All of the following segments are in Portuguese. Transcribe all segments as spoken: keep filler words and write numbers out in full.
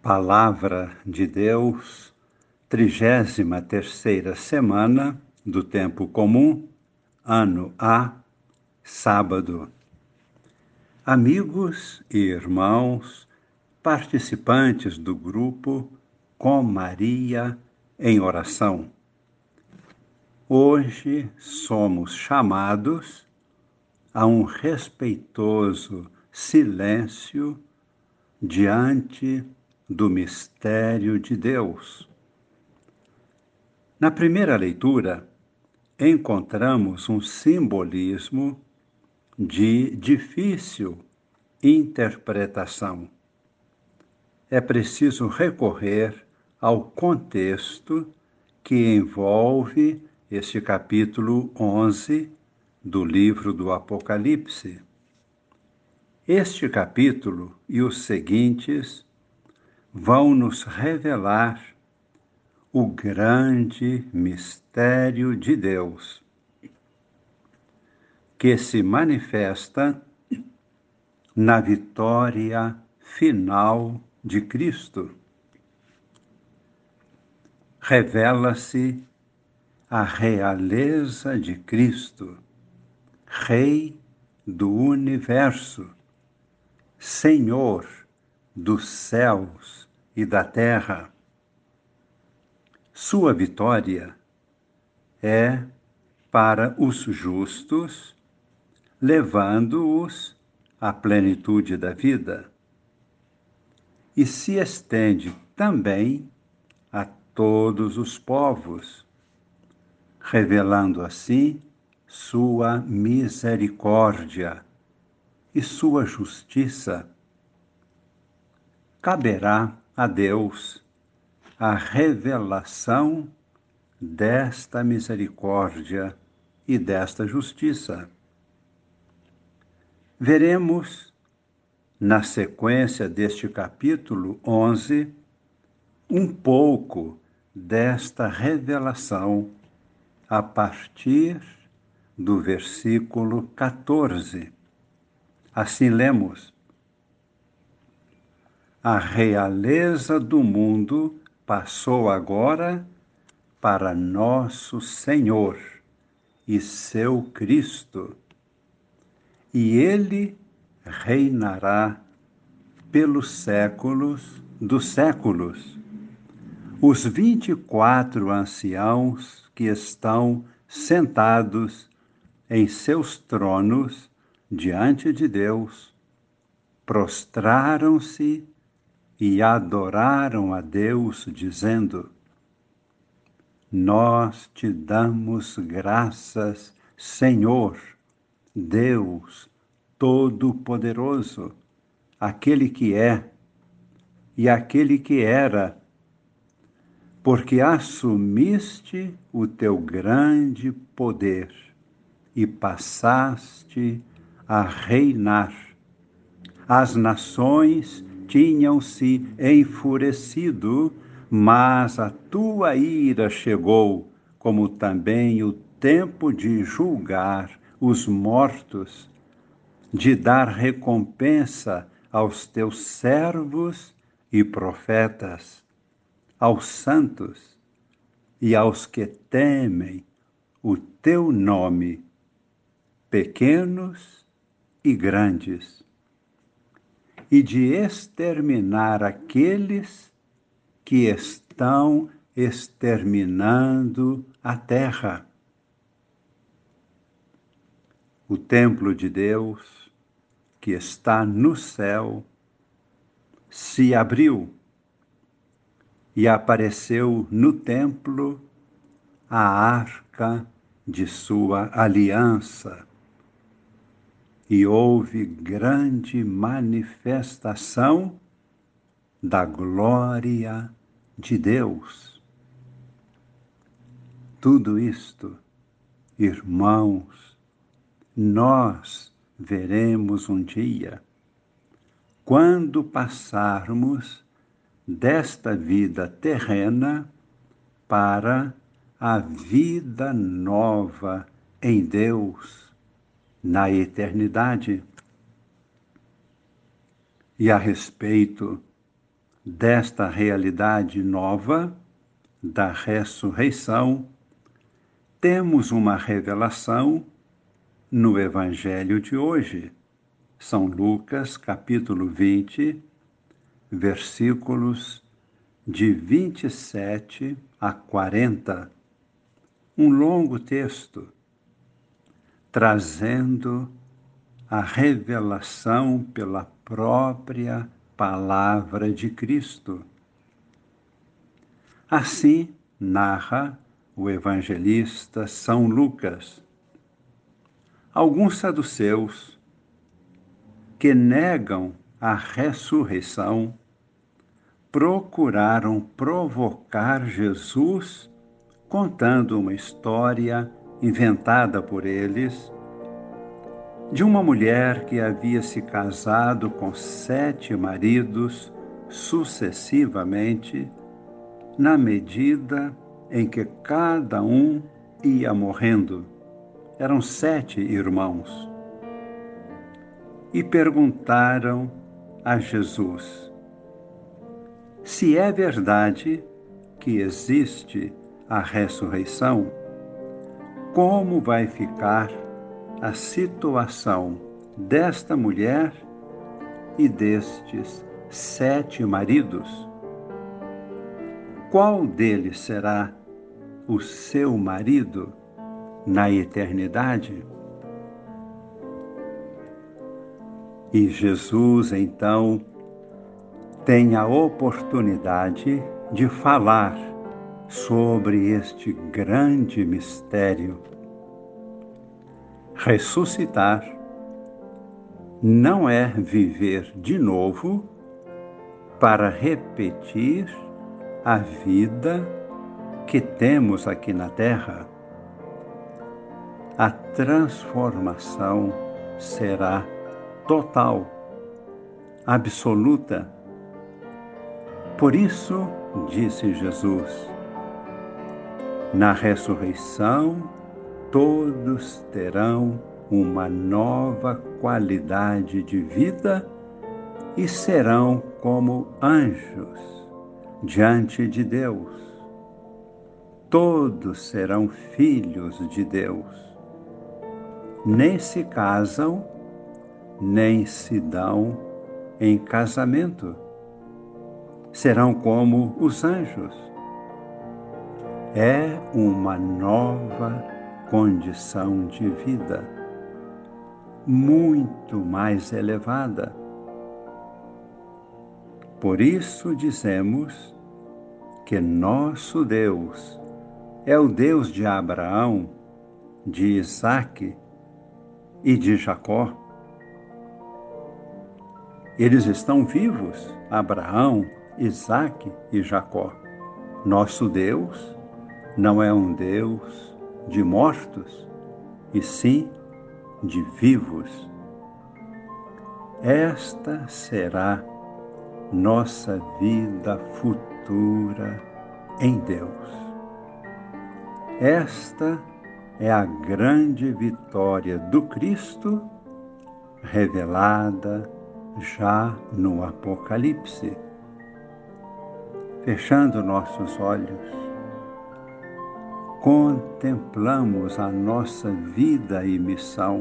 Palavra de Deus, trigésima terceira semana do Tempo Comum, ano A, sábado. Amigos e irmãos, participantes do grupo Com Maria em Oração. Hoje somos chamados a um respeitoso silêncio diante do mistério de Deus. Na primeira leitura, encontramos um simbolismo de difícil interpretação. É preciso recorrer ao contexto que envolve este capítulo onze do livro do Apocalipse. Este capítulo e os seguintes vão nos revelar o grande mistério de Deus, que se manifesta na vitória final de Cristo. Revela-se a realeza de Cristo, Rei do universo, Senhor dos céus e da terra. Sua vitória é para os justos, levando-os à plenitude da vida, e se estende também a todos os povos, revelando assim sua misericórdia e sua justiça. Caberá a Deus a revelação desta misericórdia e desta justiça. Veremos, na sequência deste capítulo onze, um pouco desta revelação a partir do versículo quatorze. Assim lemos: A realeza do mundo passou agora para nosso Senhor e seu Cristo, e ele reinará pelos séculos dos séculos. Os vinte e quatro anciãos que estão sentados em seus tronos diante de Deus prostraram-se e adoraram a Deus, dizendo: Nós te damos graças, Senhor, Deus Todo-Poderoso, aquele que é e aquele que era, porque assumiste o teu grande poder e passaste a reinar. As nações tinham-se enfurecido, mas a tua ira chegou, como também o tempo de julgar os mortos, de dar recompensa aos teus servos e profetas, aos santos e aos que temem o teu nome, pequenos e grandes, e de exterminar aqueles que estão exterminando a terra. O templo de Deus, que está no céu, se abriu e apareceu no templo a arca de sua aliança. E houve grande manifestação da glória de Deus. Tudo isto, irmãos, nós veremos um dia, quando passarmos desta vida terrena para a vida nova em Deus, na eternidade. E a respeito desta realidade nova da ressurreição, temos uma revelação no Evangelho de hoje, São Lucas, capítulo vinte, versículos de vinte e sete a quarenta. Um longo texto trazendo a revelação pela própria palavra de Cristo. Assim narra o evangelista São Lucas. Alguns saduceus que negam a ressurreição procuraram provocar Jesus contando uma história inventada por eles de uma mulher que havia se casado com sete maridos sucessivamente, na medida em que cada um ia morrendo. Eram sete irmãos. E perguntaram a Jesus: se é verdade que existe a ressurreição, como vai ficar a situação desta mulher e destes sete maridos? Qual deles será o seu marido na eternidade? E Jesus, então, tem a oportunidade de falar sobre este grande mistério. Ressuscitar não é viver de novo para repetir a vida que temos aqui na Terra. A transformação será total, absoluta. Por isso, disse Jesus, na ressurreição, todos terão uma nova qualidade de vida e serão como anjos diante de Deus. Todos serão filhos de Deus. Nem se casam, nem se dão em casamento. Serão como os anjos. É uma nova condição de vida, muito mais elevada. Por isso dizemos que nosso Deus é o Deus de Abraão, de Isaque e de Jacó. Eles estão vivos, Abraão, Isaque e Jacó. Nosso Deus não é um Deus de mortos, e sim de vivos. Esta será nossa vida futura em Deus. Esta é a grande vitória do Cristo revelada já no Apocalipse. Fechando nossos olhos, contemplamos a nossa vida e missão.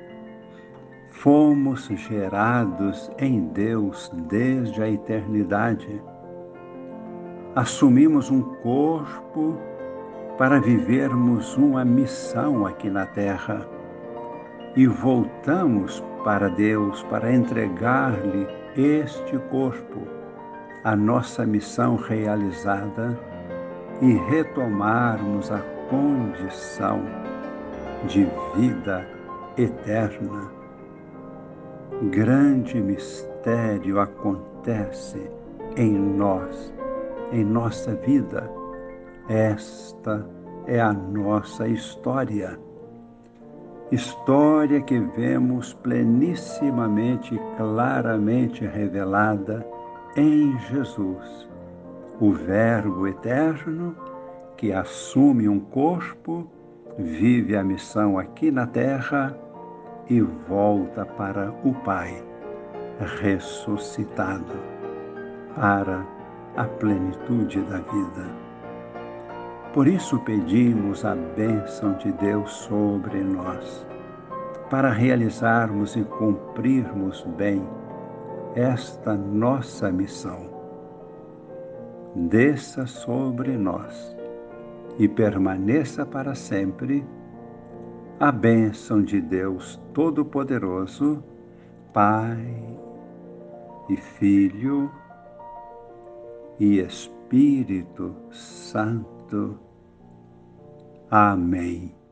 Fomos gerados em Deus desde a eternidade. Assumimos um corpo para vivermos uma missão aqui na Terra e voltamos para Deus para entregar-lhe este corpo, a nossa missão realizada, e retomarmos a condição de vida eterna. Grande mistério acontece em nós, em nossa vida. Esta é a nossa história. História que vemos plenissimamente e claramente revelada em Jesus, o Verbo eterno que assume um corpo, vive a missão aqui na Terra e volta para o Pai, ressuscitado. para a plenitude da vida. Por isso pedimos a bênção de Deus sobre nós, para realizarmos e cumprirmos bem esta nossa missão. Desça sobre nós e permaneça para sempre a bênção de Deus Todo-Poderoso, Pai e Filho e Espírito Santo. Amém.